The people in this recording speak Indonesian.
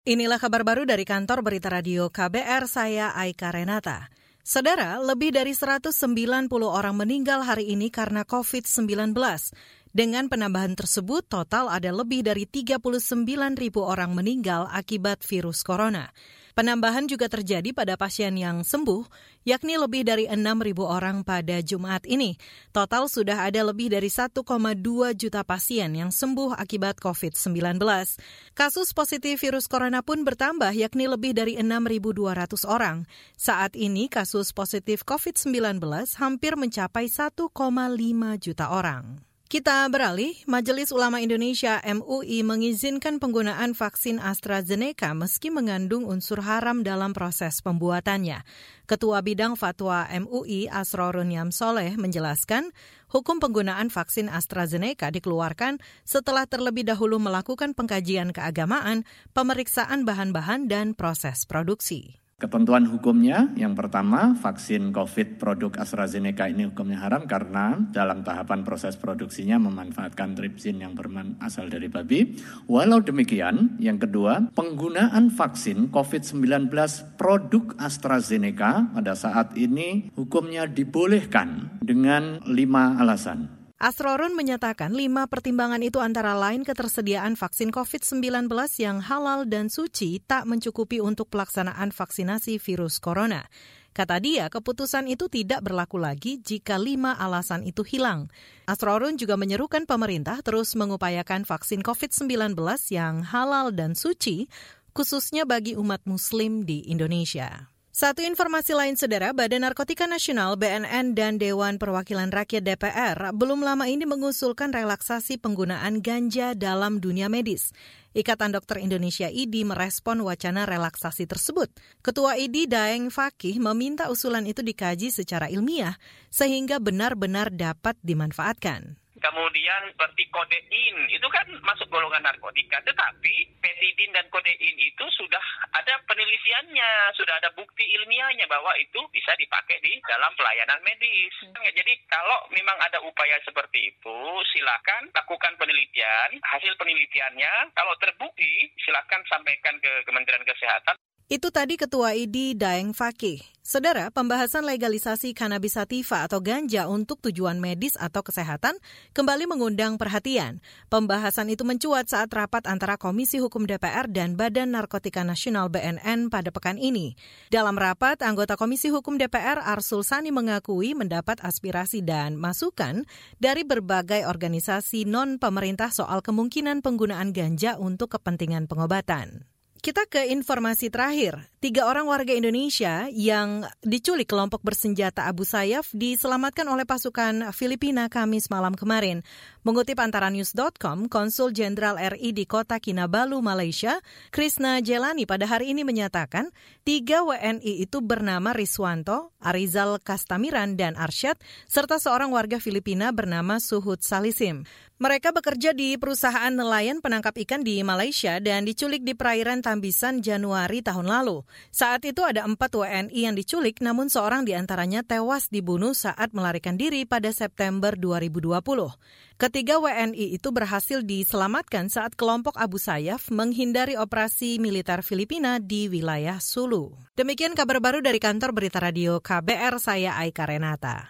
Inilah kabar baru dari kantor Berita Radio KBR, saya Aika Renata. Saudara, lebih dari 190 orang meninggal hari ini karena COVID-19. Dengan penambahan tersebut, total ada lebih dari 39.000 orang meninggal akibat virus corona. Penambahan juga terjadi pada pasien yang sembuh, yakni lebih dari 6.000 orang pada Jumat ini. Total sudah ada lebih dari 1,2 juta pasien yang sembuh akibat COVID-19. Kasus positif virus corona pun bertambah, yakni lebih dari 6.200 orang. Saat ini kasus positif COVID-19 hampir mencapai 1,5 juta orang. Kita beralih, Majelis Ulama Indonesia MUI mengizinkan penggunaan vaksin AstraZeneca meski mengandung unsur haram dalam proses pembuatannya. Ketua Bidang Fatwa MUI Asrorun Yamsoleh menjelaskan, hukum penggunaan vaksin AstraZeneca dikeluarkan setelah terlebih dahulu melakukan pengkajian keagamaan, pemeriksaan bahan-bahan, dan proses produksi. Ketentuan hukumnya, yang pertama, vaksin COVID produk AstraZeneca ini hukumnya haram karena dalam tahapan proses produksinya memanfaatkan tripsin yang berasal dari babi. Walau demikian, yang kedua, penggunaan vaksin COVID-19 produk AstraZeneca pada saat ini hukumnya dibolehkan dengan 5 alasan. Asrorun menyatakan 5 pertimbangan itu antara lain ketersediaan vaksin COVID-19 yang halal dan suci tak mencukupi untuk pelaksanaan vaksinasi virus corona. Kata dia, keputusan itu tidak berlaku lagi jika 5 alasan itu hilang. Asrorun juga menyerukan pemerintah terus mengupayakan vaksin COVID-19 yang halal dan suci, khususnya bagi umat Muslim di Indonesia. Satu informasi lain, Saudara, Badan Narkotika Nasional BNN dan Dewan Perwakilan Rakyat DPR belum lama ini mengusulkan relaksasi penggunaan ganja dalam dunia medis. Ikatan Dokter Indonesia IDI merespon wacana relaksasi tersebut. Ketua IDI Daeng Fakih meminta usulan itu dikaji secara ilmiah sehingga benar-benar dapat dimanfaatkan. Kemudian seperti kodein, itu kan masuk golongan narkotika. Tetapi petidin dan kodein itu sudah ada penelitiannya, sudah ada bukti ilmiahnya bahwa itu bisa dipakai di dalam pelayanan medis. Jadi kalau memang ada upaya seperti itu, silakan lakukan penelitian. Hasil penelitiannya, kalau terbukti, silakan sampaikan ke Kementerian Kesehatan. Itu tadi Ketua IDI Daeng Fakih. Saudara, pembahasan legalisasi kanabis sativa atau ganja untuk tujuan medis atau kesehatan kembali mengundang perhatian. Pembahasan itu mencuat saat rapat antara Komisi Hukum DPR dan Badan Narkotika Nasional BNN pada pekan ini. Dalam rapat, anggota Komisi Hukum DPR Arsul Sani mengakui mendapat aspirasi dan masukan dari berbagai organisasi non-pemerintah soal kemungkinan penggunaan ganja untuk kepentingan pengobatan. Kita ke informasi terakhir. 3 orang warga Indonesia yang diculik kelompok bersenjata Abu Sayyaf diselamatkan oleh pasukan Filipina Kamis malam kemarin. Mengutip antaranews.com, Konsul Jenderal RI di kota Kinabalu, Malaysia, Krishna Jelani pada hari ini menyatakan 3 WNI itu bernama Riswanto, Arizal Kastamiran, dan Arsyad, serta seorang warga Filipina bernama Suhud Salisim. Mereka bekerja di perusahaan nelayan penangkap ikan di Malaysia dan diculik di perairan Tambisan Januari tahun lalu. Saat itu ada 4 WNI yang diculik, namun seorang diantaranya tewas dibunuh saat melarikan diri pada September 2020. Ketiga WNI itu berhasil diselamatkan saat kelompok Abu Sayyaf menghindari operasi militer Filipina di wilayah Sulu. Demikian kabar baru dari kantor Berita Radio KBR, saya Aika Renata.